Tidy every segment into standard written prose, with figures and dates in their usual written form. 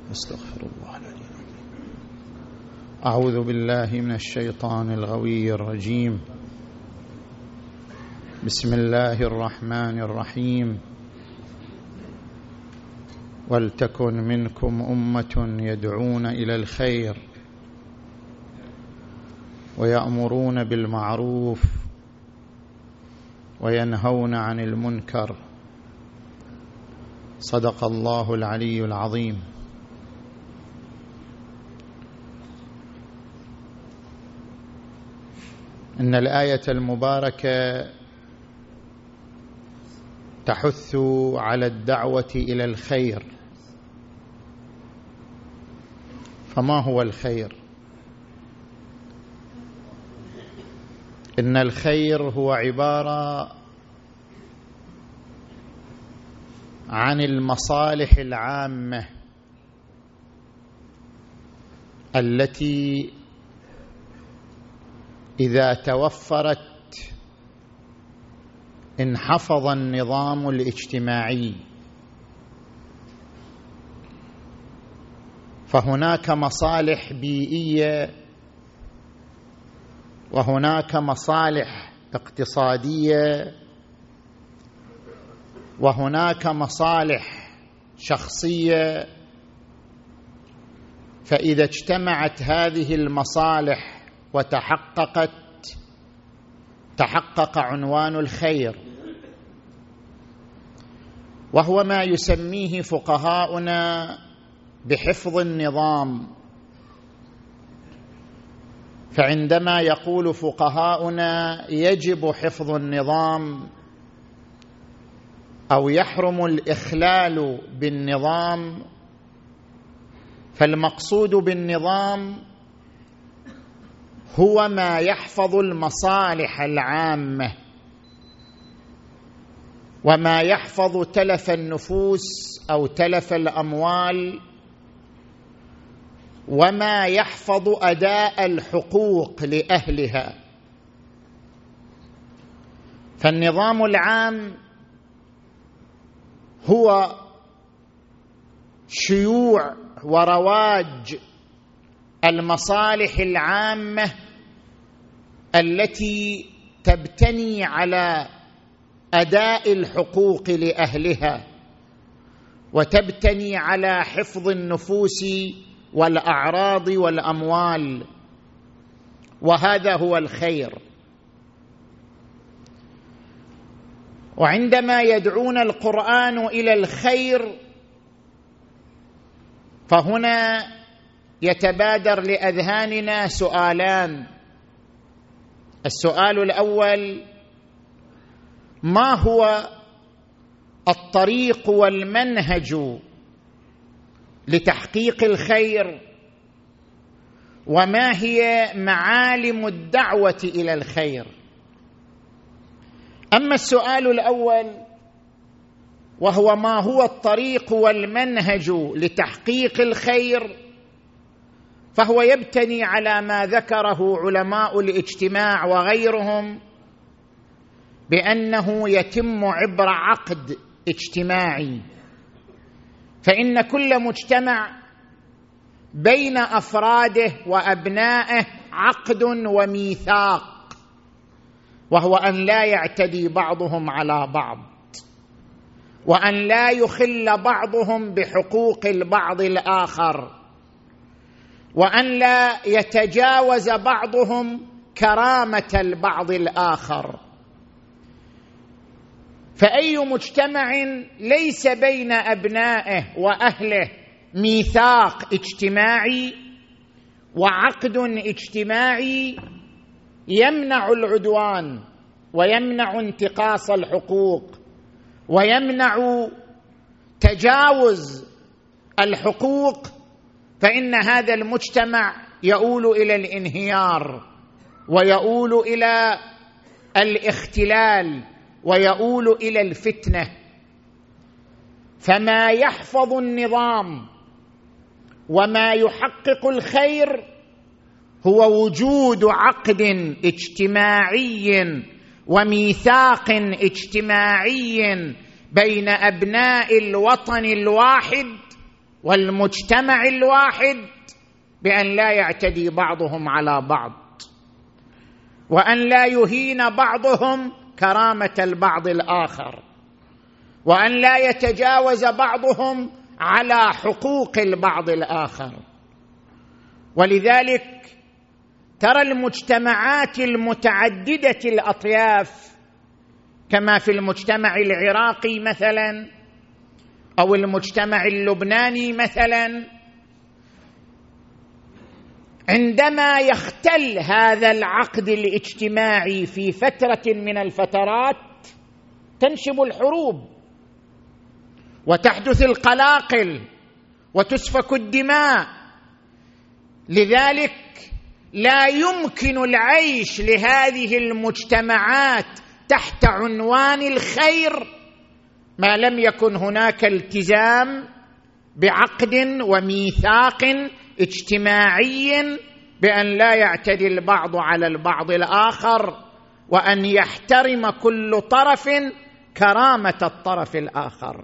استغفر الله العلي العظيم. أعوذ بالله من الشيطان الغوي الرجيم. بسم الله الرحمن الرحيم. ولتكن منكم أمة يدعون إلى الخير ويأمرون بالمعروف وينهون عن المنكر. صدق الله العلي العظيم. إن الآية المباركة تحث على الدعوة إلى الخير. فما هو الخير؟ إن الخير هو عبارة عن المصالح العامة التي إذا توفرت انحفظ النظام الاجتماعي. فهناك مصالح بيئية وهناك مصالح اقتصادية وهناك مصالح شخصية. فإذا اجتمعت هذه المصالح تحقق عنوان الخير، وهو ما يسميه فقهاؤنا بحفظ النظام. فعندما يقول فقهاؤنا يجب حفظ النظام أو يحرم الإخلال بالنظام، فالمقصود بالنظام هو ما يحفظ المصالح العامة وما يحفظ تلف النفوس أو تلف الأموال وما يحفظ أداء الحقوق لأهلها. فالنظام العام هو شيوع ورواج المصالح العامة التي تبتني على أداء الحقوق لأهلها وتبتني على حفظ النفوس والأعراض والأموال، وهذا هو الخير. وعندما يدعون القرآن إلى الخير فهنا يتبادر لأذهاننا سؤالان. السؤال الأول: ما هو الطريق والمنهج لتحقيق الخير؟ وما هي معالم الدعوة إلى الخير؟ أما السؤال الأول وهو ما هو الطريق والمنهج لتحقيق الخير، فهو يبتني على ما ذكره علماء الاجتماع وغيرهم بأنه يتم عبر عقد اجتماعي. فإن كل مجتمع بين أفراده وأبنائه عقد وميثاق، وهو أن لا يعتدي بعضهم على بعض، وأن لا يخل بعضهم بحقوق البعض الآخر، وأن لا يتجاوز بعضهم كرامة البعض الآخر. فأي مجتمع ليس بين أبنائه وأهله ميثاق اجتماعي وعقد اجتماعي يمنع العدوان ويمنع انتقاص الحقوق ويمنع تجاوز الحقوق، فإن هذا المجتمع يؤول إلى الانهيار ويؤول إلى الاختلال ويؤول إلى الفتنة. فما يحفظ النظام وما يحقق الخير هو وجود عقد اجتماعي وميثاق اجتماعي بين أبناء الوطن الواحد والمجتمع الواحد بأن لا يعتدي بعضهم على بعض، وأن لا يهين بعضهم كرامة البعض الآخر، وأن لا يتجاوز بعضهم على حقوق البعض الآخر. ولذلك ترى المجتمعات المتعددة الأطياف كما في المجتمع العراقي مثلا أو المجتمع اللبناني مثلا، عندما يختل هذا العقد الاجتماعي في فترة من الفترات تنشب الحروب وتحدث القلاقل وتسفك الدماء. لذلك لا يمكن العيش لهذه المجتمعات تحت عنوان الخير ما لم يكن هناك التزام بعقد وميثاق اجتماعي بأن لا يعتدي البعض على البعض الآخر، وأن يحترم كل طرف كرامة الطرف الآخر.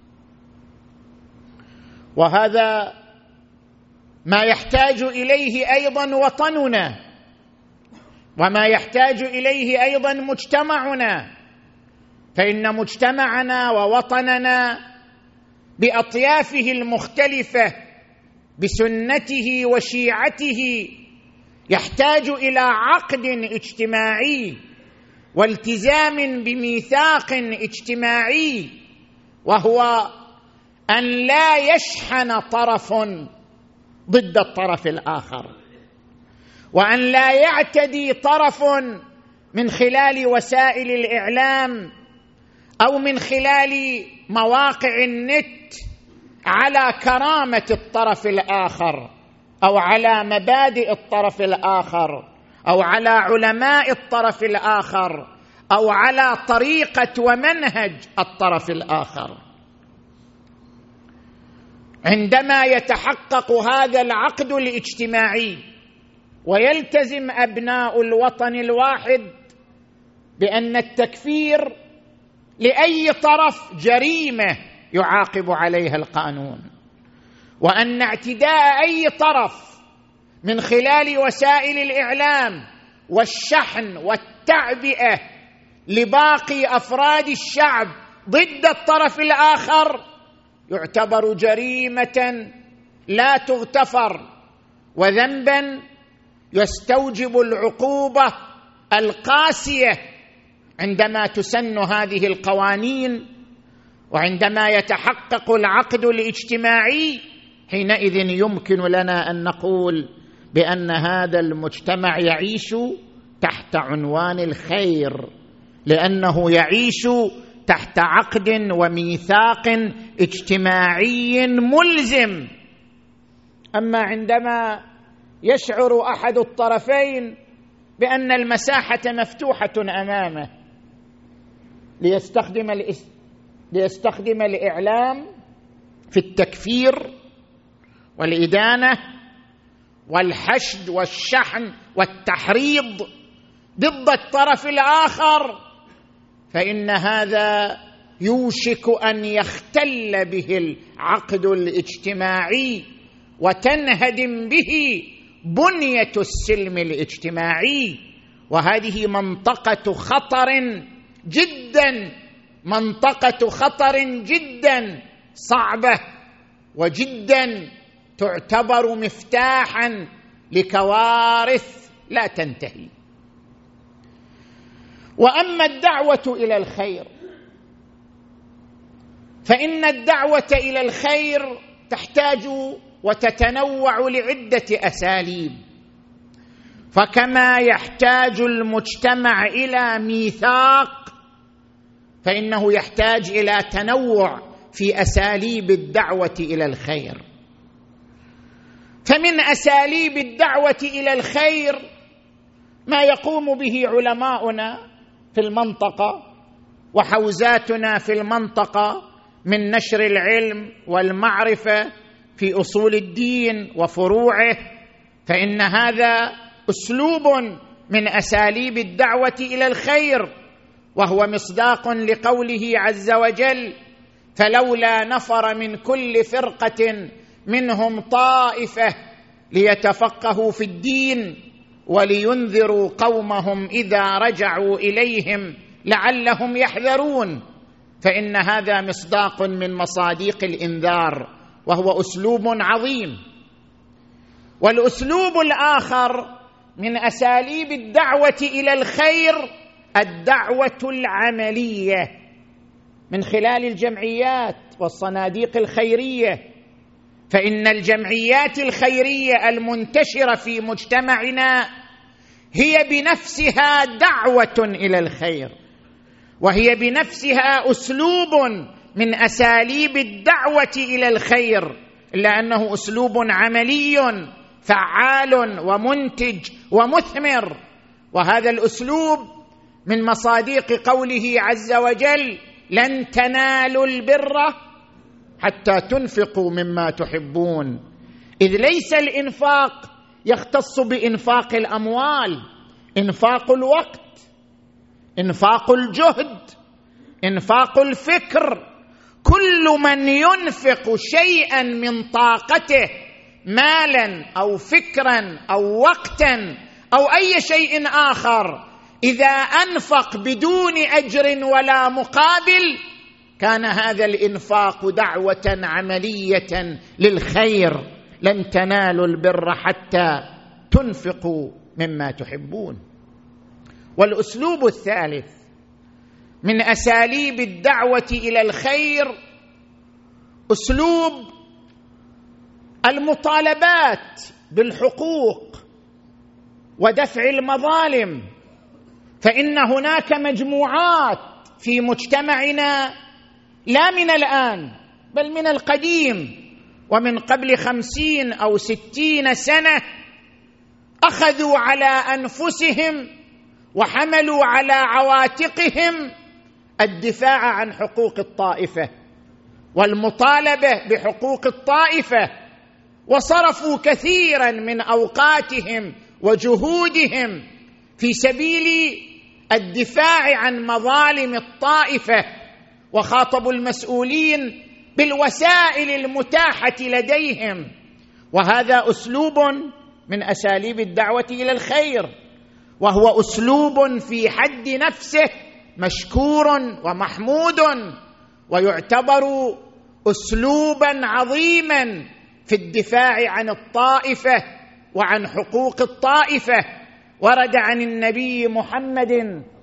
وهذا ما يحتاج إليه أيضا وطننا، وما يحتاج إليه أيضا مجتمعنا، فإن مجتمعنا ووطننا بأطيافه المختلفة بسنته وشيعته يحتاج إلى عقد اجتماعي والتزام بميثاق اجتماعي، وهو أن لا يشحن طرف ضد الطرف الآخر، وأن لا يعتدي طرف من خلال وسائل الإعلام أو من خلال مواقع النت على كرامة الطرف الآخر أو على مبادئ الطرف الآخر أو على علماء الطرف الآخر أو على طريقة ومنهج الطرف الآخر. عندما يتحقق هذا العقد الاجتماعي ويلتزم أبناء الوطن الواحد بأن التكفير لأي طرف جريمة يعاقب عليها القانون، وأن اعتداء أي طرف من خلال وسائل الإعلام والشحن والتعبئة لباقي أفراد الشعب ضد الطرف الآخر يعتبر جريمة لا تغتفر وذنبا يستوجب العقوبة القاسية عندما تسن هذه القوانين. وعندما يتحقق العقد الاجتماعي حينئذ يمكن لنا أن نقول بأن هذا المجتمع يعيش تحت عنوان الخير، لأنه يعيش تحت عقد وميثاق اجتماعي ملزم. أما عندما يشعر أحد الطرفين بأن المساحة مفتوحة أمامه ليستخدم الإعلام في التكفير والإدانة والحشد والشحن والتحريض ضد الطرف الآخر، فإن هذا يوشك أن يختل به العقد الاجتماعي وتنهدم به بنية السلم الاجتماعي. وهذه منطقة خطر جدا، منطقة خطر جدا صعبة وجدا تعتبر مفتاحا لكوارث لا تنتهي. وأما الدعوة إلى الخير فإن الدعوة إلى الخير تحتاج وتتنوع لعدة أساليب. فكما يحتاج المجتمع إلى ميثاق فإنه يحتاج إلى تنوع في أساليب الدعوة إلى الخير. فمن أساليب الدعوة إلى الخير ما يقوم به علماؤنا في المنطقة وحوزاتنا في المنطقة من نشر العلم والمعرفة في أصول الدين وفروعه، فإن هذا أسلوب من أساليب الدعوة إلى الخير، وهو مصداق لقوله عز وجل: فلولا نفر من كل فرقة منهم طائفة ليتفقهوا في الدين ولينذروا قومهم إذا رجعوا إليهم لعلهم يحذرون، فإن هذا مصداق من مصاديق الإنذار، وهو أسلوب عظيم. والأسلوب الآخر من أساليب الدعوة إلى الخير الدعوة العملية من خلال الجمعيات والصناديق الخيرية، فإن الجمعيات الخيرية المنتشرة في مجتمعنا هي بنفسها دعوة إلى الخير، وهي بنفسها أسلوب من أساليب الدعوة إلى الخير، إلا أنه أسلوب عملي فعال ومنتج ومثمر. وهذا الأسلوب من مصاديق قوله عز وجل: لن تنالوا البر حتى تنفقوا مما تحبون، إذ ليس الإنفاق يختص بإنفاق الأموال، إنفاق الوقت، إنفاق الجهد، إنفاق الفكر. كل من ينفق شيئا من طاقته مالا أو فكرا أو وقتا أو أي شيء آخر، إذا أنفق بدون أجر ولا مقابل كان هذا الإنفاق دعوة عملية للخير. لن تنالوا البر حتى تنفقوا مما تحبون. والأسلوب الثالث من أساليب الدعوة إلى الخير أسلوب المطالبات بالحقوق ودفع المظالم. فإن هناك مجموعات في مجتمعنا لا من الآن بل من القديم ومن قبل 50 أو 60 سنة أخذوا على أنفسهم وحملوا على عواتقهم الدفاع عن حقوق الطائفة والمطالبة بحقوق الطائفة، وصرفوا كثيرا من أوقاتهم وجهودهم في سبيل الدفاع عن مظالم الطائفة، وخاطبوا المسؤولين بالوسائل المتاحة لديهم. وهذا أسلوب من أساليب الدعوة إلى الخير، وهو أسلوب في حد نفسه مشكور ومحمود، ويعتبر أسلوبا عظيما في الدفاع عن الطائفة وعن حقوق الطائفة. ورد عن النبي محمد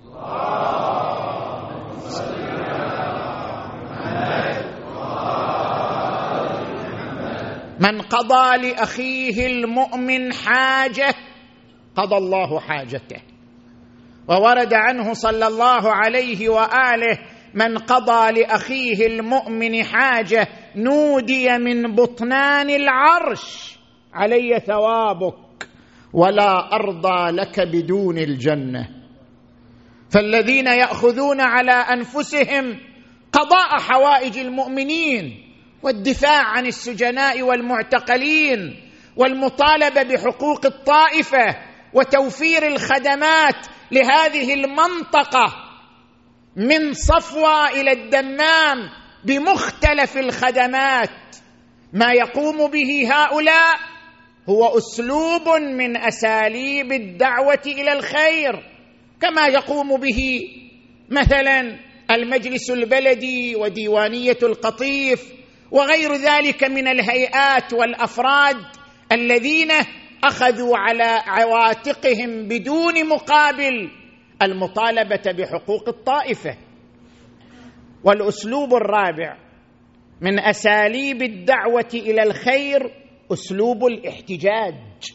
من قضى لأخيه المؤمن حاجة قضى الله حاجته. وورد عنه صلى الله عليه وآله: من قضى لأخيه المؤمن حاجة نودي من بطنان العرش علي ثوابك ولا أرضى لك بدون الجنة. فالذين يأخذون على أنفسهم قضاء حوائج المؤمنين والدفاع عن السجناء والمعتقلين والمطالبة بحقوق الطائفة وتوفير الخدمات لهذه المنطقة من صفوة إلى الدمام بمختلف الخدمات، ما يقوم به هؤلاء هو أسلوب من أساليب الدعوة إلى الخير، كما يقوم به مثلا المجلس البلدي وديوانية القطيف وغير ذلك من الهيئات والأفراد الذين أخذوا على عواتقهم بدون مقابل المطالبة بحقوق الطائفة. والأسلوب الرابع من أساليب الدعوة إلى الخير أسلوب الاحتجاج.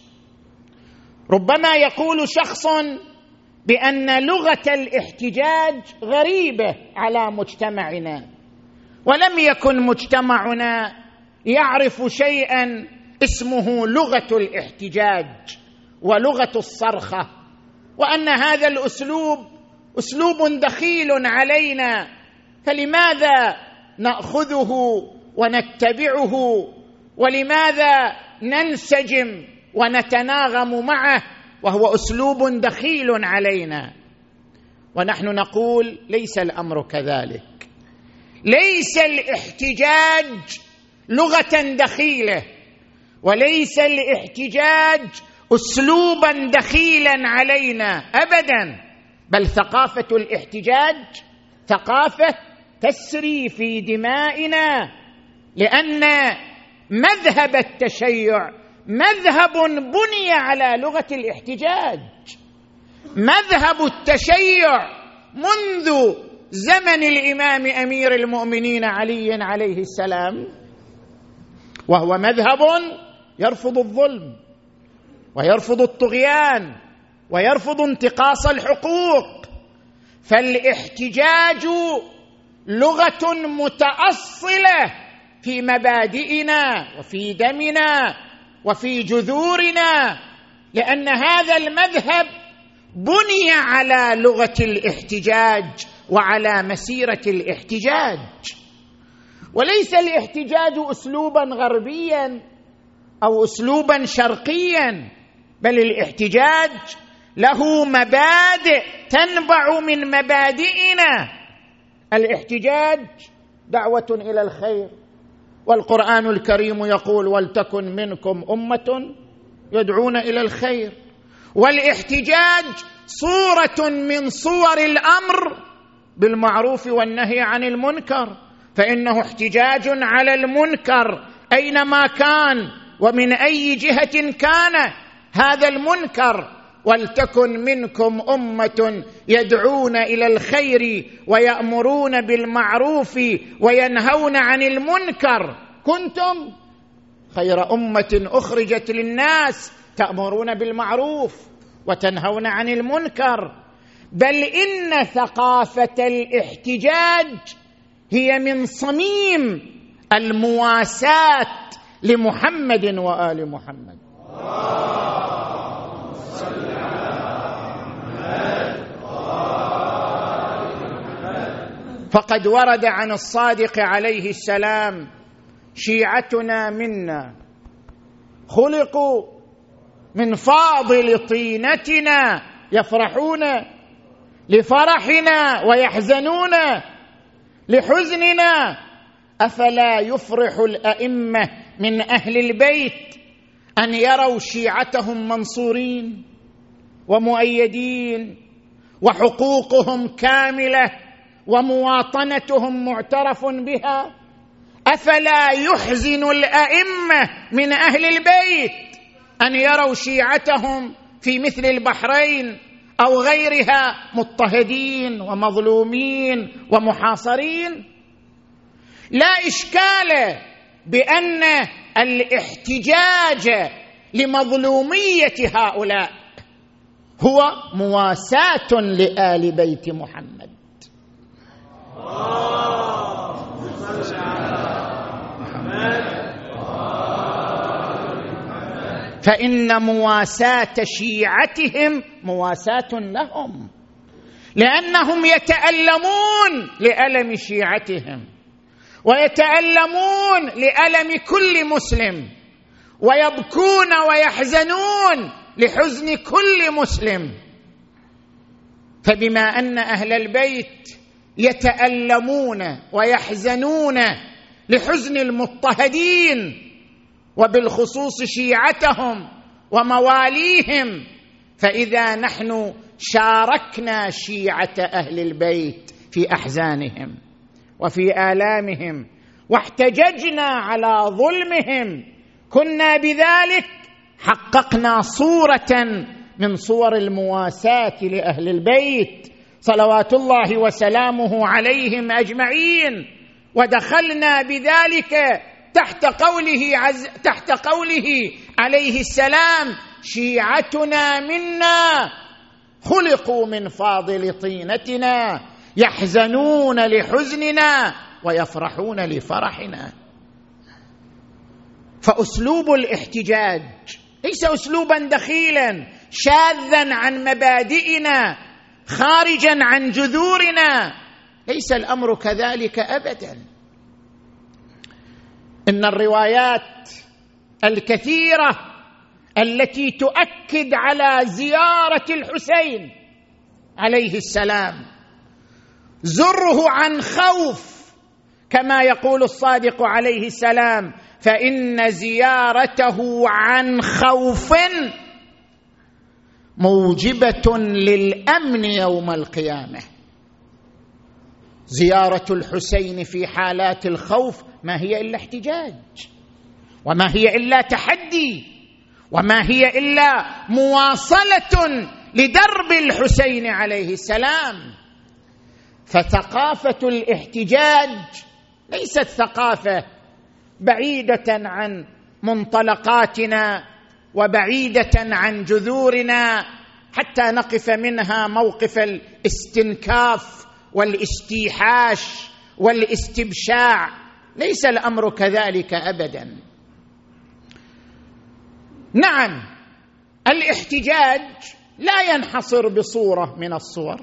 ربما يقول شخص بأن لغة الاحتجاج غريبة على مجتمعنا، ولم يكن مجتمعنا يعرف شيئا اسمه لغة الاحتجاج ولغة الصرخة، وأن هذا الأسلوب أسلوب دخيل علينا، فلماذا نأخذه ونتبعه؟ ولماذا ننسجم ونتناغم معه وهو أسلوب دخيل علينا؟ ونحن نقول ليس الأمر كذلك. ليس الاحتجاج لغة دخيلة، وليس الاحتجاج أسلوبا دخيلا علينا أبدا، بل ثقافة الاحتجاج ثقافة تسري في دمائنا، لأن مذهب التشيع مذهب بني على لغة الاحتجاج. مذهب التشيع منذ زمن الإمام أمير المؤمنين علي عليه السلام، وهو مذهب يرفض الظلم ويرفض الطغيان ويرفض انتقاص الحقوق. فالاحتجاج لغة متأصلة في مبادئنا وفي دمنا وفي جذورنا، لأن هذا المذهب بني على لغة الاحتجاج وعلى مسيرة الاحتجاج. وليس الاحتجاج أسلوبا غربيا أو أسلوبا شرقيا، بل الاحتجاج له مبادئ تنبع من مبادئنا. الاحتجاج دعوة إلى الخير، والقرآن الكريم يقول: ولتكن منكم أمة يدعون إلى الخير. والاحتجاج صورة من صور الأمر بالمعروف والنهي عن المنكر، فإنه احتجاج على المنكر أينما كان ومن أي جهة كان هذا المنكر. ولتكن منكم أمة يدعون إلى الخير ويأمرون بالمعروف وينهون عن المنكر، كنتم خير أمة أخرجت للناس تأمرون بالمعروف وتنهون عن المنكر. بل إن ثقافة الاحتجاج هي من صميم المواساة لمحمد وآل محمد. فقد ورد عن الصادق عليه السلام: شيعتنا منا خلقوا من فاضل طينتنا، يفرحون لفرحنا ويحزنون لحزننا. أفلا يفرح الأئمة من أهل البيت أن يروا شيعتهم منصورين ومؤيدين وحقوقهم كاملة ومواطنتهم معترف بها؟ أفلا يحزن الأئمة من أهل البيت أن يروا شيعتهم في مثل البحرين أو غيرها مضطهدين ومظلومين ومحاصرين؟ لا إشكال بأن الاحتجاج لمظلومية هؤلاء هو مواساة لآل بيت محمد. فإن مواساة شيعتهم مواساة لهم، لأنهم يتألمون لألم شيعتهم ويتألمون لألم كل مسلم، ويبكون ويحزنون لحزن كل مسلم. فبما أن أهل البيت يتألمون ويحزنون لحزن المضطهدين وبالخصوص شيعتهم ومواليهم، فإذا نحن شاركنا شيعة أهل البيت في أحزانهم وفي آلامهم واحتججنا على ظلمهم، كنا بذلك حققنا صورة من صور المواساة لأهل البيت صلوات الله وسلامه عليهم أجمعين. ودخلنا بذلك تحت قوله عليه السلام: شيعتنا منا خلقوا من فاضل طينتنا، يحزنون لحزننا ويفرحون لفرحنا. فأسلوب الاحتجاج ليس أسلوبا دخيلا شاذا عن مبادئنا خارجا عن جذورنا، ليس الأمر كذلك أبدا. إن الروايات الكثيرة التي تؤكد على زيارة الحسين عليه السلام زره عن خوف، كما يقول الصادق عليه السلام: فإن زيارته عن خوف موجبة للأمن يوم القيامة. زيارة الحسين في حالات الخوف ما هي إلا احتجاج، وما هي إلا تحدي، وما هي إلا مواصلة لدرب الحسين عليه السلام. فثقافة الاحتجاج ليست ثقافة بعيدة عن منطلقاتنا وبعيدة عن جذورنا حتى نقف منها موقف الاستنكاف والاستيحاش والاستبشاع. ليس الأمر كذلك أبدا. نعم، الاحتجاج لا ينحصر بصورة من الصور،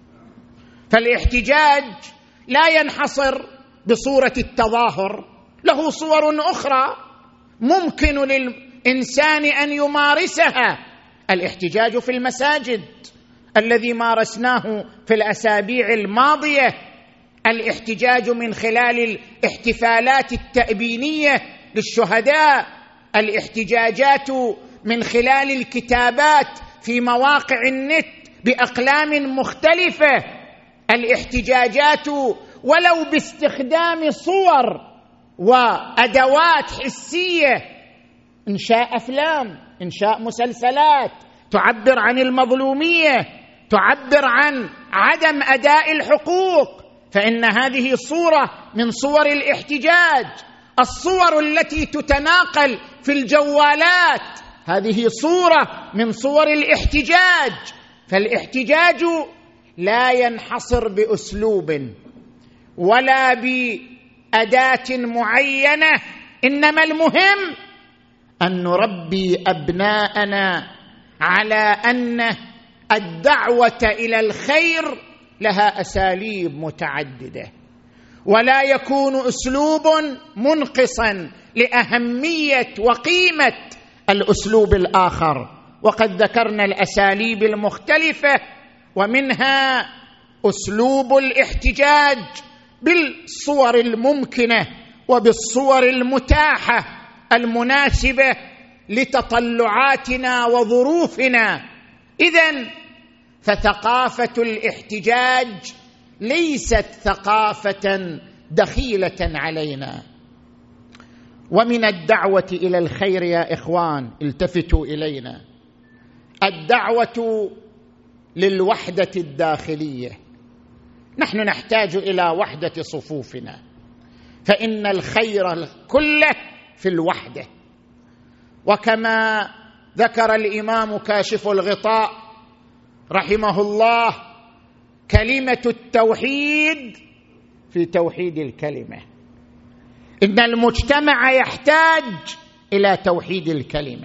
فالاحتجاج لا ينحصر بصورة التظاهر، له صور أخرى ممكن للإنسان أن يمارسها. الاحتجاج في المساجد الذي مارسناه في الأسابيع الماضية، الاحتجاج من خلال الاحتفالات التأبينية للشهداء، الاحتجاجات من خلال الكتابات في مواقع النت بأقلام مختلفة، الاحتجاجات ولو باستخدام صور وأدوات حسية، إنشاء أفلام، إنشاء مسلسلات تعبر عن المظلومية، تعبر عن عدم أداء الحقوق، فإن هذه صورة من صور الاحتجاج. الصور التي تتناقل في الجوالات هذه صورة من صور الاحتجاج. فالاحتجاج لا ينحصر بأسلوب ولا بأداة معينة، إنما المهم أن نربي أبناءنا على أن الدعوة إلى الخير لها أساليب متعددة، ولا يكون أسلوب منقصا لأهمية وقيمة الأسلوب الآخر. وقد ذكرنا الأساليب المختلفة، ومنها أسلوب الاحتجاج بالصور الممكنة وبالصور المتاحة المناسبة لتطلعاتنا وظروفنا. إذن فثقافة الاحتجاج ليست ثقافة دخيلة علينا. ومن الدعوة إلى الخير يا إخوان، التفتوا إلينا، الدعوة للوحدة الداخلية. نحن نحتاج إلى وحدة صفوفنا، فإن الخير كله في الوحدة. وكما ذكر الإمام كاشف الغطاء رحمه الله، كلمة التوحيد في توحيد الكلمة. إن المجتمع يحتاج إلى توحيد الكلمة.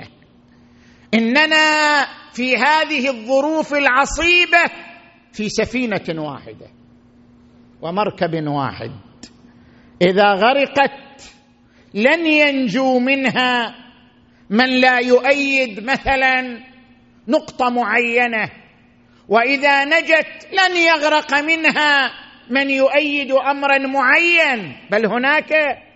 إننا في هذه الظروف العصيبة في سفينة واحدة ومركب واحد، إذا غرقت لن ينجو منها من لا يؤيد مثلا نقطة معينة، وإذا نجت لن يغرق منها من يؤيد أمرا معين، بل هناك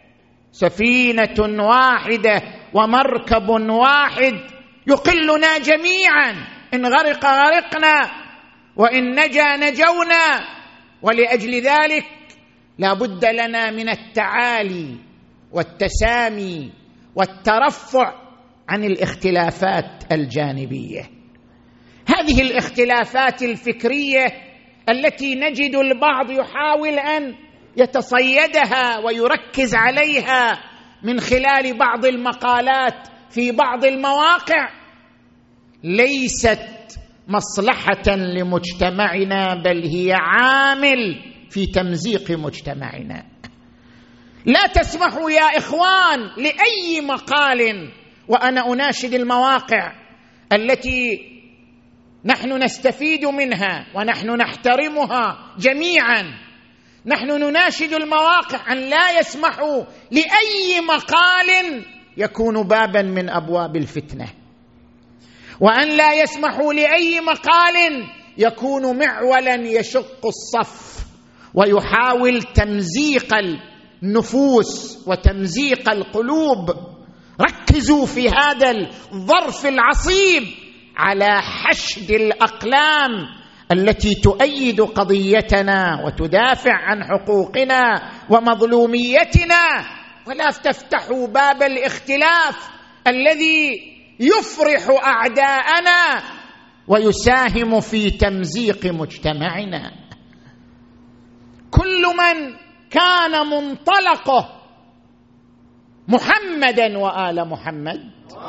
سفينة واحدة ومركب واحد يقلنا جميعا، إن غرق غرقنا وإن نجا نجونا. ولأجل ذلك لا بد لنا من التعالي والتسامي والترفع عن الاختلافات الجانبية. هذه الاختلافات الفكرية التي نجد البعض يحاول أن يتصيدها ويركز عليها من خلال بعض المقالات في بعض المواقع، ليست مصلحة لمجتمعنا، بل هي عامل في تمزيق مجتمعنا. لا تسمحوا يا إخوان لأي مقال، وأنا أناشد المواقع التي نحن نستفيد منها ونحن نحترمها جميعا، نحن نناشد المواقع أن لا يسمحوا لأي مقال يكون بابا من أبواب الفتنة، وأن لا يسمحوا لأي مقال يكون معولا يشق الصف ويحاول تمزيق النفوس وتمزيق القلوب. ركزوا في هذا الظرف العصيب على حشد الأقلام التي تؤيد قضيتنا وتدافع عن حقوقنا ومظلوميتنا، ولا تفتحوا باب الاختلاف الذي يفرح أعداءنا ويساهم في تمزيق مجتمعنا. كل من كان منطلقه محمدا وآل محمد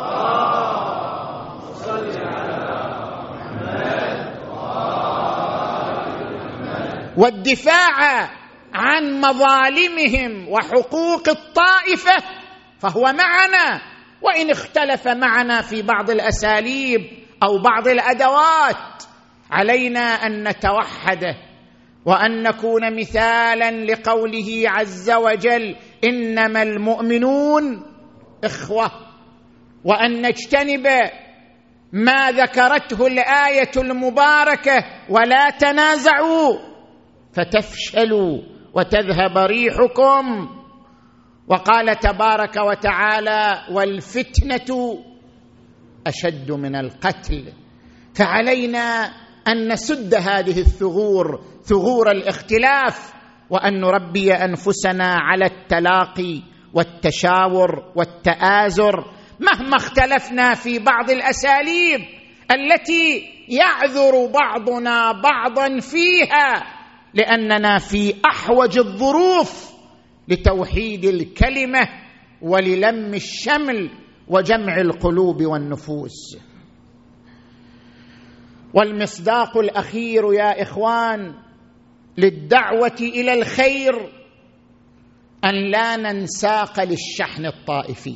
والدفاع عن مظالمهم وحقوق الطائفة فهو معنا، وإن اختلف معنا في بعض الأساليب أو بعض الأدوات. علينا أن نتوحد وأن نكون مثالا لقوله عز وجل: إنما المؤمنون إخوة، وأن نجتنب ما ذكرته الآية المباركة: ولا تنازعوا فتفشلوا وتذهب ريحكم. وقال تبارك وتعالى: والفتنة أشد من القتل. فعلينا أن نسد هذه الثغور، ثغور الاختلاف، وأن نربي أنفسنا على التلاقي والتشاور والتآزر مهما اختلفنا في بعض الأساليب التي يعذر بعضنا بعضا فيها، لأننا في أحوج الظروف لتوحيد الكلمة وللم الشمل وجمع القلوب والنفوس. والمصداق الأخير يا إخوان للدعوة إلى الخير أن لا ننساق للشحن الطائفي.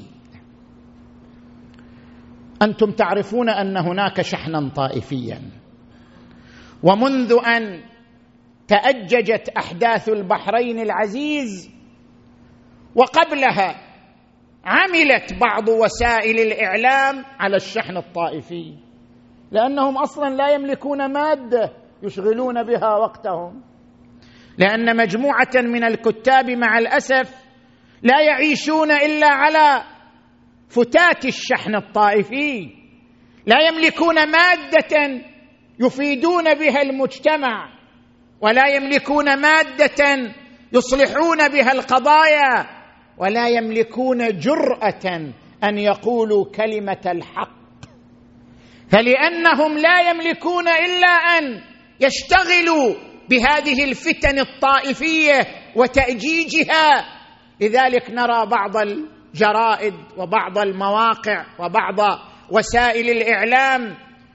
أنتم تعرفون أن هناك شحنا طائفيا، ومنذ أن تأججت أحداث البحرين العزيز وقبلها عملت بعض وسائل الإعلام على الشحن الطائفي، لأنهم أصلا لا يملكون مادة يشغلون بها وقتهم، لأن مجموعة من الكتاب مع الأسف لا يعيشون إلا على فتات الشحن الطائفي، لا يملكون مادة يفيدون بها المجتمع، ولا يملكون مادة يصلحون بها القضايا، ولا يملكون جرأة أن يقولوا كلمة الحق. فلأنهم لا يملكون إلا أن يشتغلوا بهذه الفتن الطائفية وتأجيجها، لذلك نرى بعض الجرائد وبعض المواقع وبعض وسائل الإعلام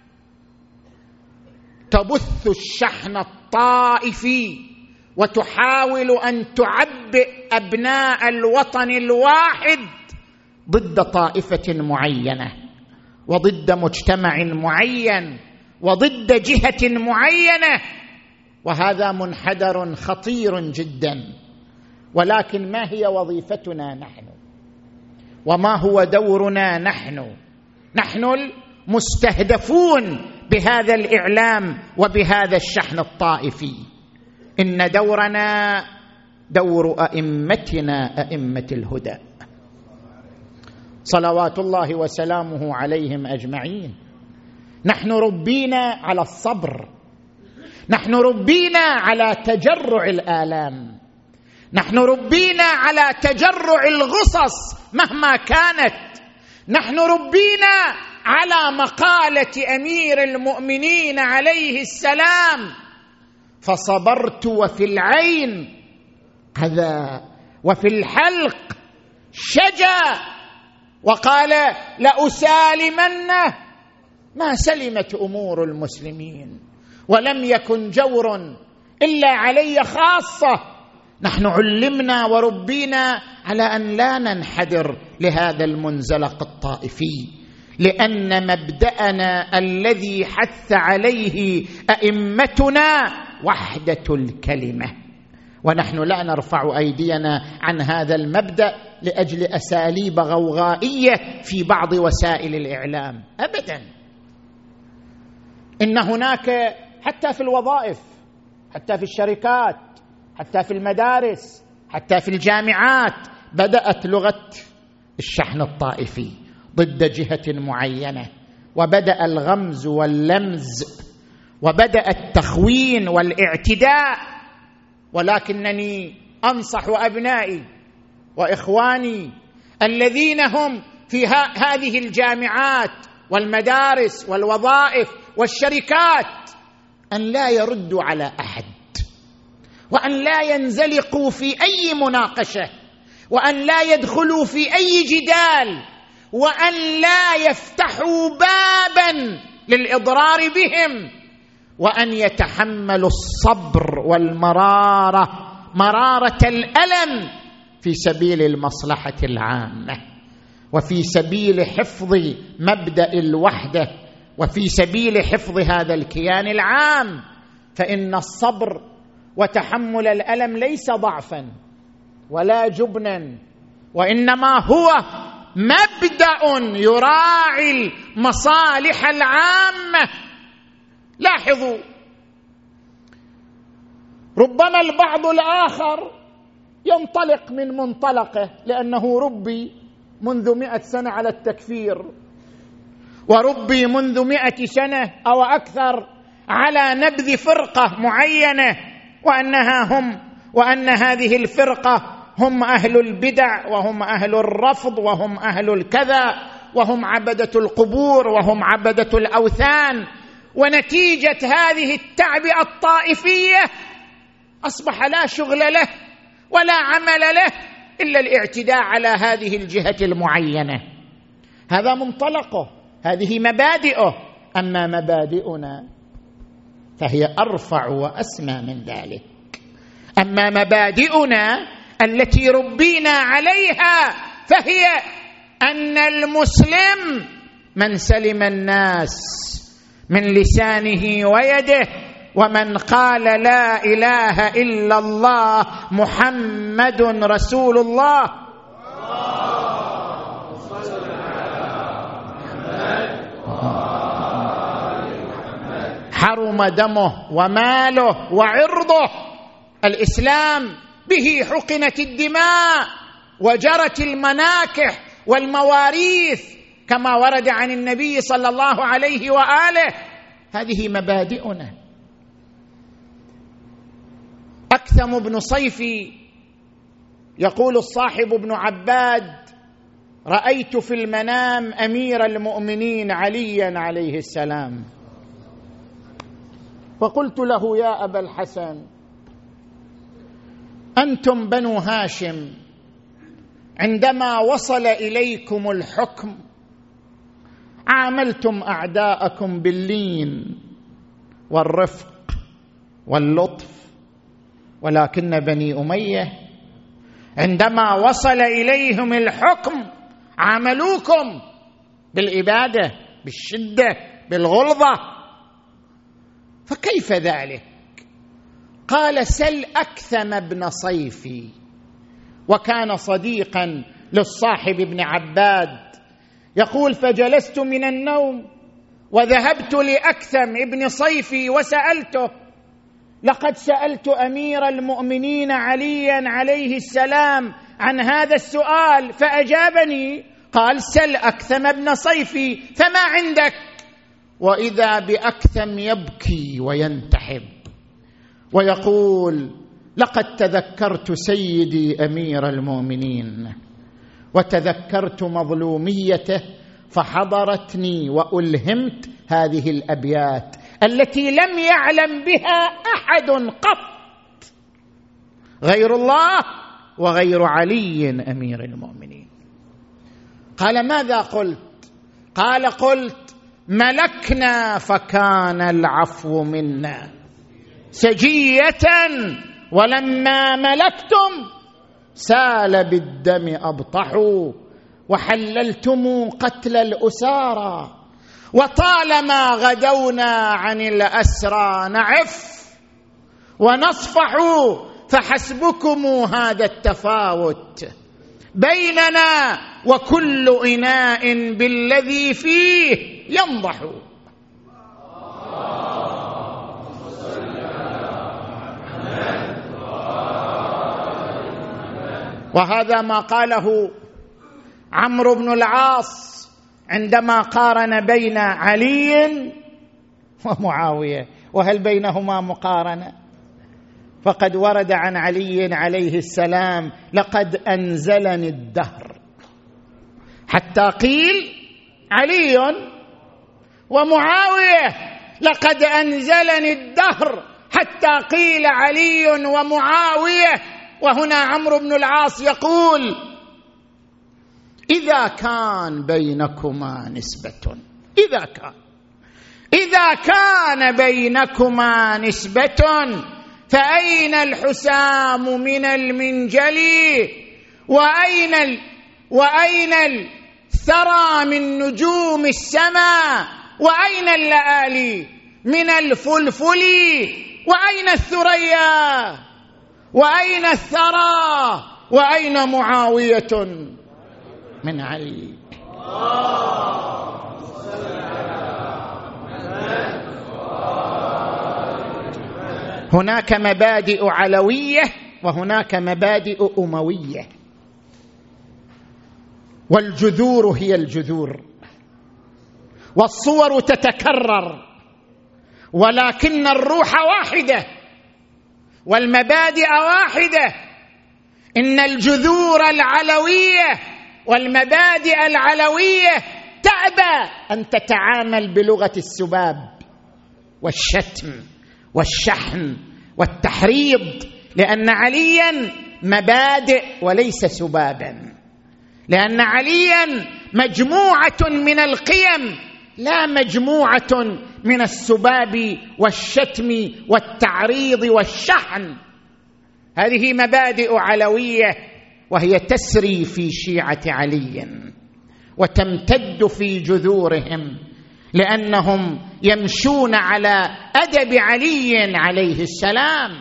تبث الشحن الطائفي وتحاول أن تعبئ أبناء الوطن الواحد ضد طائفة معينة وضد مجتمع معين وضد جهة معينة، وهذا منحدر خطير جدا. ولكن ما هي وظيفتنا نحن وما هو دورنا نحن؟ نحن المستهدفون بهذا الإعلام وبهذا الشحن الطائفي. إن دورنا دور أئمتنا، أئمة الهدى صلوات الله وسلامه عليهم أجمعين. نحن ربينا على الصبر، نحن ربينا على تجرع الآلام، نحن ربينا على تجرع الغصص مهما كانت، نحن ربينا على مقالة أمير المؤمنين عليه السلام: فصبرت وفي العين كذا وفي الحلق شجا، وقال: لأسالمنه. ما سلمت أمور المسلمين، ولم يكن جور إلا علي خاصة. نحن علمنا وربينا على أن لا ننحدر لهذا المنزلق الطائفي، لأن مبدأنا الذي حث عليه أئمتنا وحدة الكلمة، ونحن لا نرفع أيدينا عن هذا المبدأ لأجل أساليب غوغائية في بعض وسائل الإعلام أبدا. إن هناك حتى في الوظائف، حتى في الشركات، حتى في المدارس، حتى في الجامعات بدأت لغة الشحن الطائفي ضد جهة معينة، وبدأ الغمز واللمز، وبدأ التخوين والاعتداء. ولكنني أنصح أبنائي وإخواني الذين هم في هذه الجامعات والمدارس والوظائف والشركات أن لا يردوا على أحد، وأن لا ينزلقوا في أي مناقشة، وأن لا يدخلوا في أي جدال، وأن لا يفتحوا بابا للإضرار بهم، وأن يتحملوا الصبر والمرارة، مرارة الألم، في سبيل المصلحة العامة، وفي سبيل حفظ مبدأ الوحدة، وفي سبيل حفظ هذا الكيان العام. فإن الصبر وتحمل الألم ليس ضعفا ولا جبنا، وإنما هو مبدأ يراعي المصالح العامة. لاحظوا، ربما البعض الآخر ينطلق من منطلقه لأنه ربي منذ 100 سنة على التكفير، وربي منذ 100 سنة أو أكثر على نبذ فرقة معينة، وأن هذه الفرقة هم أهل البدع، وهم أهل الرفض، وهم أهل الكذا، وهم عبدة القبور، وهم عبدة الأوثان. ونتيجة هذه التعبئة الطائفية أصبح لا شغل له ولا عمل له إلا الاعتداء على هذه الجهة المعينة. هذا منطلقه، هذه مبادئه. أما مبادئنا فهي أرفع وأسمى من ذلك. أما مبادئنا التي ربينا عليها فهي أن المسلم من سلم الناس من لسانه ويده، ومن قال لا إله إلا الله محمد رسول الله. حرم دمه وماله وعرضه. الإسلام به حقنت الدماء وجرت المناكح والمواريث كما ورد عن النبي صلى الله عليه وآله. هذه مبادئنا. أكثم بن صيفي يقول الصاحب ابن عباد: رأيت في المنام أمير المؤمنين عليا عليه السلام، فقلت له: يا أبا الحسن، أنتم بنو هاشم عندما وصل إليكم الحكم عاملتم أعداءكم باللين والرفق واللطف، ولكن بني أمية عندما وصل إليهم الحكم عاملوكم بالإبادة، بالشدة، بالغلظة. فكيف ذلك؟ قال: سل أكثم بن صيفي، وكان صديقا للصاحب ابن عباد. يقول: فجلست من النوم وذهبت لأكثم ابن صيفي وسألته: لقد سألت أمير المؤمنين عليا عليه السلام عن هذا السؤال فأجابني. قال: سل أكثم بن صيفي فما عندك؟ وإذا بأكثم يبكي وينتحب ويقول: لقد تذكرت سيدي أمير المؤمنين وتذكرت مظلوميته، فحضرتني وألهمت هذه الأبيات التي لم يعلم بها أحد قط غير الله وغير علي أمير المؤمنين. قال: ماذا قلت؟ قال: قلت: ملكنا فكان العفو منا سجية، ولما ملكتم سال بالدم أبطحوا، وحللتم قتل الأسارى، وطالما غدونا عن الأسرى نعف ونصفح، فحسبكم هذا التفاوت بيننا، وكل إناء بالذي فيه ينضح. وهذا ما قاله عمرو بن العاص عندما قارن بين علي ومعاوية. وهل بينهما مقارنة؟ فقد ورد عن علي عليه السلام: لقد أنزلني الدهر، حتى قيل علي، ومعاوية: لقد أنزلني الدهر، حتى قيل علي ومعاوية. وهنا عمرو بن العاص يقول: إذا كان بينكما نسبة، إذا كان بينكما نسبة فأين الحسام من المنجل؟ وأين الثرى من نجوم السماء؟ وأين اللآلي من الفلفل؟ وأين الثريا؟ وأين الثرى؟ وأين معاوية من علي؟ هناك مبادئ علوية وهناك مبادئ أموية، والجذور هي الجذور، والصور تتكرر، ولكن الروح واحدة والمبادئ واحدة. إن الجذور العلوية والمبادئ العلوية تأبى أن تتعامل بلغة السباب والشتم والشحن والتحريض، لأن عليا مبادئ وليس سبابا، لأن عليا مجموعة من القيم لا مجموعة من السباب والشتم والتعريض والشحن. هذه مبادئ علوية، وهي تسري في شيعة علي وتمتد في جذورهم، لأنهم يمشون على أدب علي عليه السلام.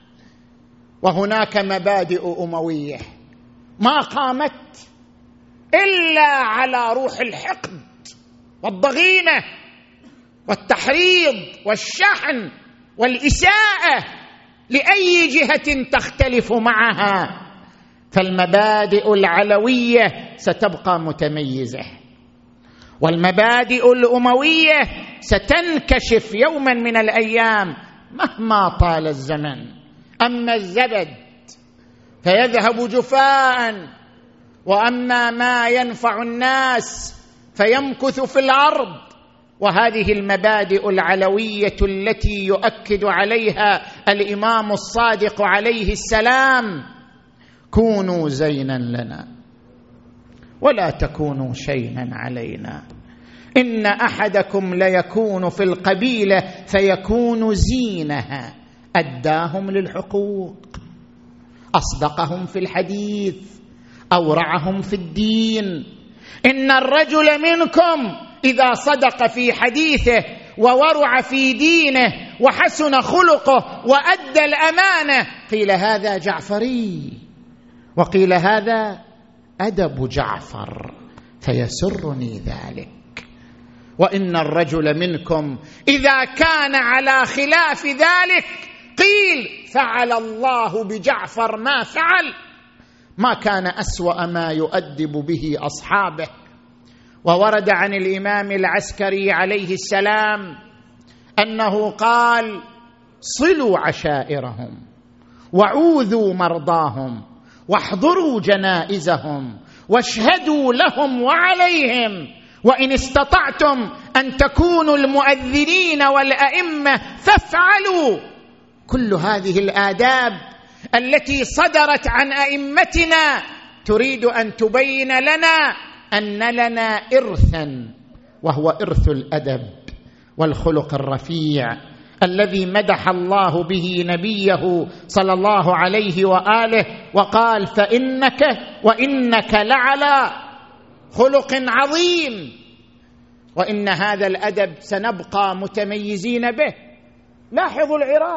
وهناك مبادئ أموية ما قامت إلا على روح الحقد والضغينة والتحريض والشحن والإساءة لأي جهة تختلف معها. فالمبادئ العلوية ستبقى متميزة، والمبادئ الأموية ستنكشف يوما من الأيام مهما طال الزمن. أما الزبد فيذهب جفاء، وأما ما ينفع الناس فيمكث في الأرض. وهذه المبادئ العلوية التي يؤكد عليها الإمام الصادق عليه السلام: كونوا زينا لنا ولا تكونوا شيئا علينا، إن أحدكم ليكون في القبيلة فيكون زينها، أداهم للحقوق، أصدقهم في الحديث، أورعهم في الدين. إن الرجل منكم إذا صدق في حديثه وورع في دينه وحسن خلقه وأدى الأمانة قيل هذا جعفري، وقيل هذا أدب جعفر، فيسرني ذلك. وإن الرجل منكم إذا كان على خلاف ذلك قيل فعل الله بجعفر ما فعل. ما كان أسوأ ما يؤدب به أصحابه. وورد عن الإمام العسكري عليه السلام أنه قال: صلوا عشائرهم وعوذوا مرضاهم واحضروا جنائزهم واشهدوا لهم وعليهم، وإن استطعتم أن تكونوا المؤذنين والأئمة فافعلوا. كل هذه الآداب التي صدرت عن أئمتنا تريد أن تبين لنا أن لنا إرثا، وهو إرث الأدب والخلق الرفيع الذي مدح الله به نبيه صلى الله عليه وآله، وقال: وإنك لعلى خلق عظيم. وإن هذا الأدب سنبقى متميزين به. لاحظوا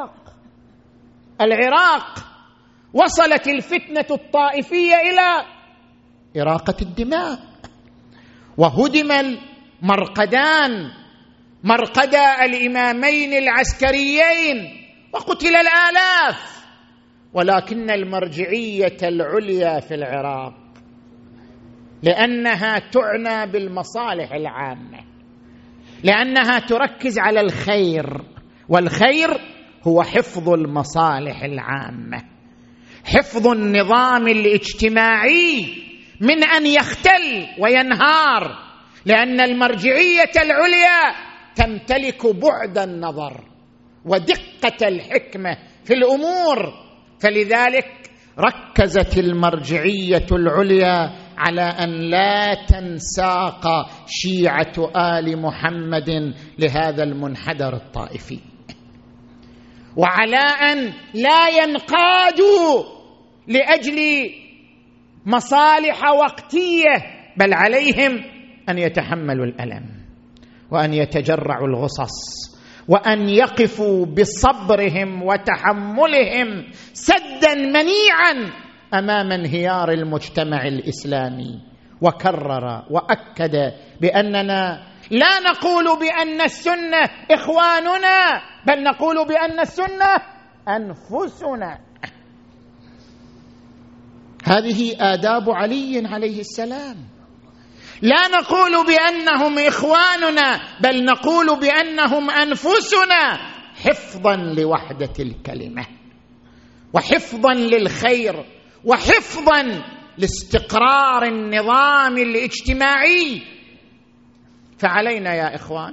العراق وصلت الفتنة الطائفية إلى إراقة الدماء، وهدم المرقدان، مرقدا الإمامين العسكريين، وقتل الآلاف، ولكن المرجعية العليا في العراق لأنها تعنى بالمصالح العامة، لأنها تركز على الخير، والخير هو حفظ المصالح العامة، حفظ النظام الاجتماعي من أن يختل وينهار، لأن المرجعية العليا تمتلك بعد النظر ودقة الحكمة في الأمور، فلذلك ركزت المرجعية العليا على أن لا تنساق شيعة آل محمد لهذا المنحدر الطائفي، وعلى أن لا ينقادوا لأجل مصالح وقتية، بل عليهم أن يتحملوا الألم وأن يتجرعوا الغصص وأن يقفوا بصبرهم وتحملهم سدا منيعا أمام انهيار المجتمع الإسلامي. وكرر وأكد بأننا لا نقول بأن السنة إخواننا، بل نقول بأن السنة أنفسنا. هذه آداب علي عليه السلام، لا نقول بأنهم إخواننا بل نقول بأنهم أنفسنا، حفظا لوحدة الكلمة وحفظا للخير وحفظا لاستقرار النظام الاجتماعي. فعلينا يا إخوان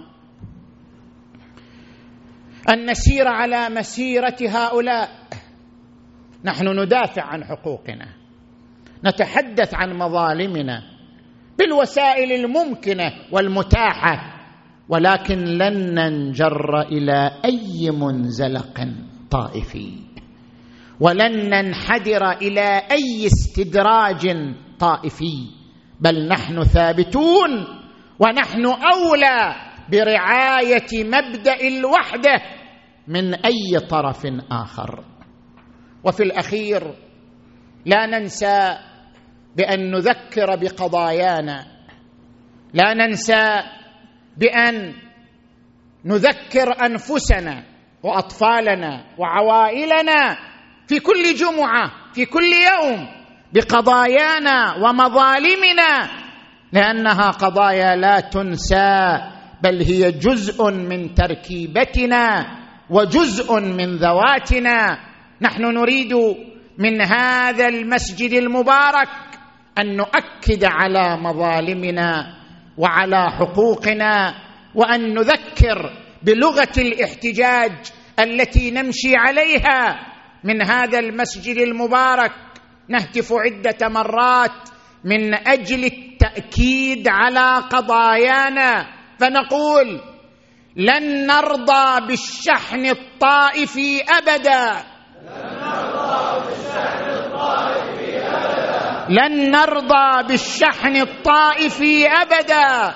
أن نسير على مسيرة هؤلاء. نحن ندافع عن حقوقنا، نتحدث عن مظالمنا بالوسائل الممكنة والمتاحة، ولكن لن ننجر إلى أي منزلق طائفي، ولن ننحدر إلى أي استدراج طائفي، بل نحن ثابتون ونحن أولى برعاية مبدأ الوحدة من أي طرف آخر. وفي الأخير لا ننسى بأن نذكر بقضايانا، لا ننسى بأن نذكر أنفسنا وأطفالنا وعوائلنا في كل جمعة في كل يوم بقضايانا ومظالمنا، لأنها قضايا لا تنسى، بل هي جزء من تركيبتنا وجزء من ذواتنا. نحن نريد من هذا المسجد المبارك أن نؤكد على مظالمنا وعلى حقوقنا، وأن نذكر بلغة الاحتجاج التي نمشي عليها من هذا المسجد المبارك. نهتف عدة مرات من أجل التأكيد على قضايانا، فنقول: لن نرضى بالشحن الطائفي أبدا، لن نرضى بالشحن الطائفي أبدا،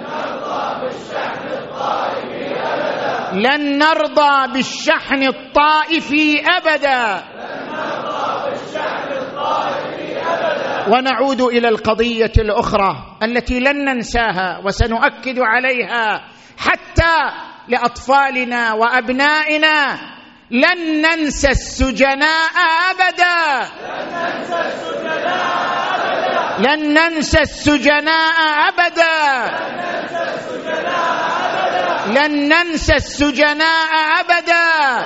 لن نرضى بالشحن الطائفي أبدا. ونعود إلى القضية الأخرى التي لن ننساها وسنؤكد عليها حتى لأطفالنا وأبنائنا: لن ننسى السجناء أبدا، لن ننسى السجناء أبدا، لن ننسى السجناء أبدا.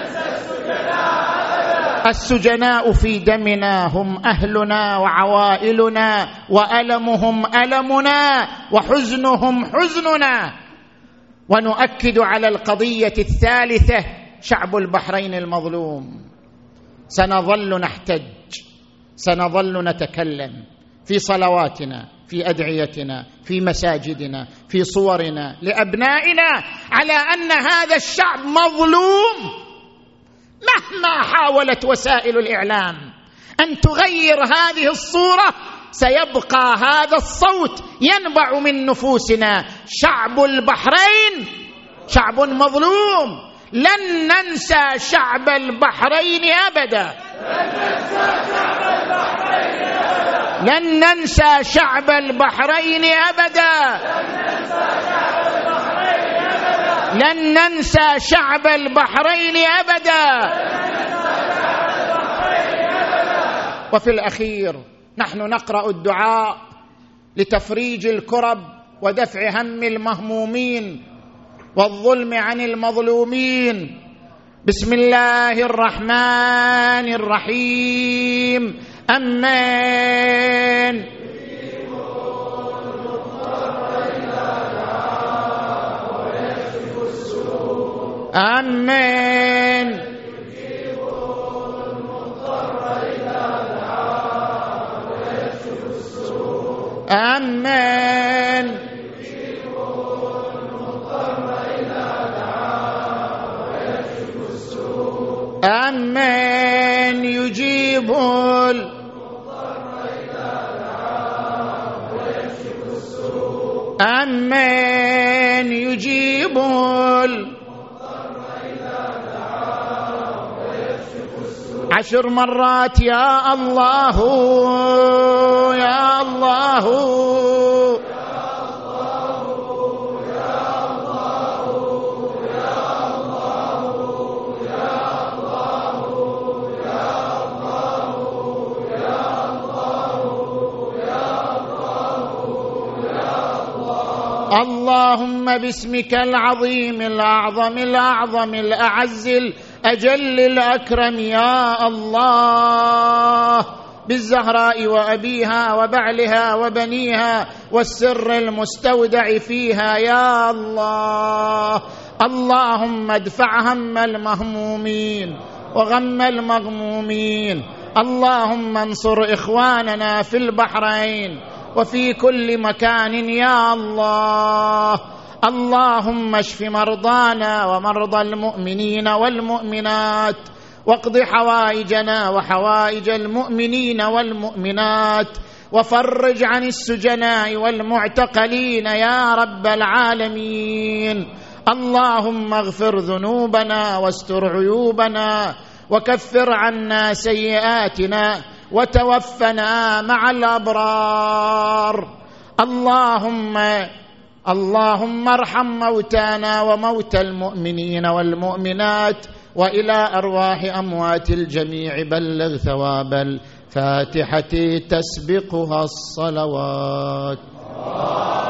السجناء في دمنا، هم أهلنا وعوائلنا، وألمهم ألمنا وحزنهم حزننا. ونؤكد على القضية الثالثة: شعب البحرين المظلوم. سنظل نحتج، سنظل نتكلم في صلواتنا، في أدعيتنا، في مساجدنا، في صورنا لأبنائنا على أن هذا الشعب مظلوم. مهما حاولت وسائل الإعلام أن تغير هذه الصورة، سيبقى هذا الصوت ينبع من نفوسنا: شعب البحرين شعب مظلوم. لن ننسى شعب البحرين أبدا، لن ننسى شعب البحرين أبدا، لن ننسى شعب البحرين أبدا. وفي الأخير نحن نقرأ الدعاء لتفريج الكرب ودفع هم المهمومين والظلم عن المظلومين. بسم الله الرحمن الرحيم. أمين. أمين. أمين. أمين. يجيب أمين. يجيب 10 مرات يا الله يا الله اللهم باسمك العظيم الأعظم الأعظم الأعز الأجل الأكرم يا الله، بالزهراء وأبيها وبعلها وبنيها والسر المستودع فيها يا الله، اللهم ادفع هم المهمومين وغم المغمومين، اللهم انصر إخواننا في البحرين وفي كل مكان يا الله، اللهم اشف مرضانا ومرضى المؤمنين والمؤمنات واقض حوائجنا وحوائج المؤمنين والمؤمنات وفرج عن السجناء والمعتقلين يا رب العالمين، اللهم اغفر ذنوبنا واستر عيوبنا وكفر عنا سيئاتنا وتوفنا مع الأبرار، اللهم ارحم موتانا وموتى المؤمنين والمؤمنات، وإلى أرواح أموات الجميع بلغ ثواب الفاتحة تسبقها الصلوات.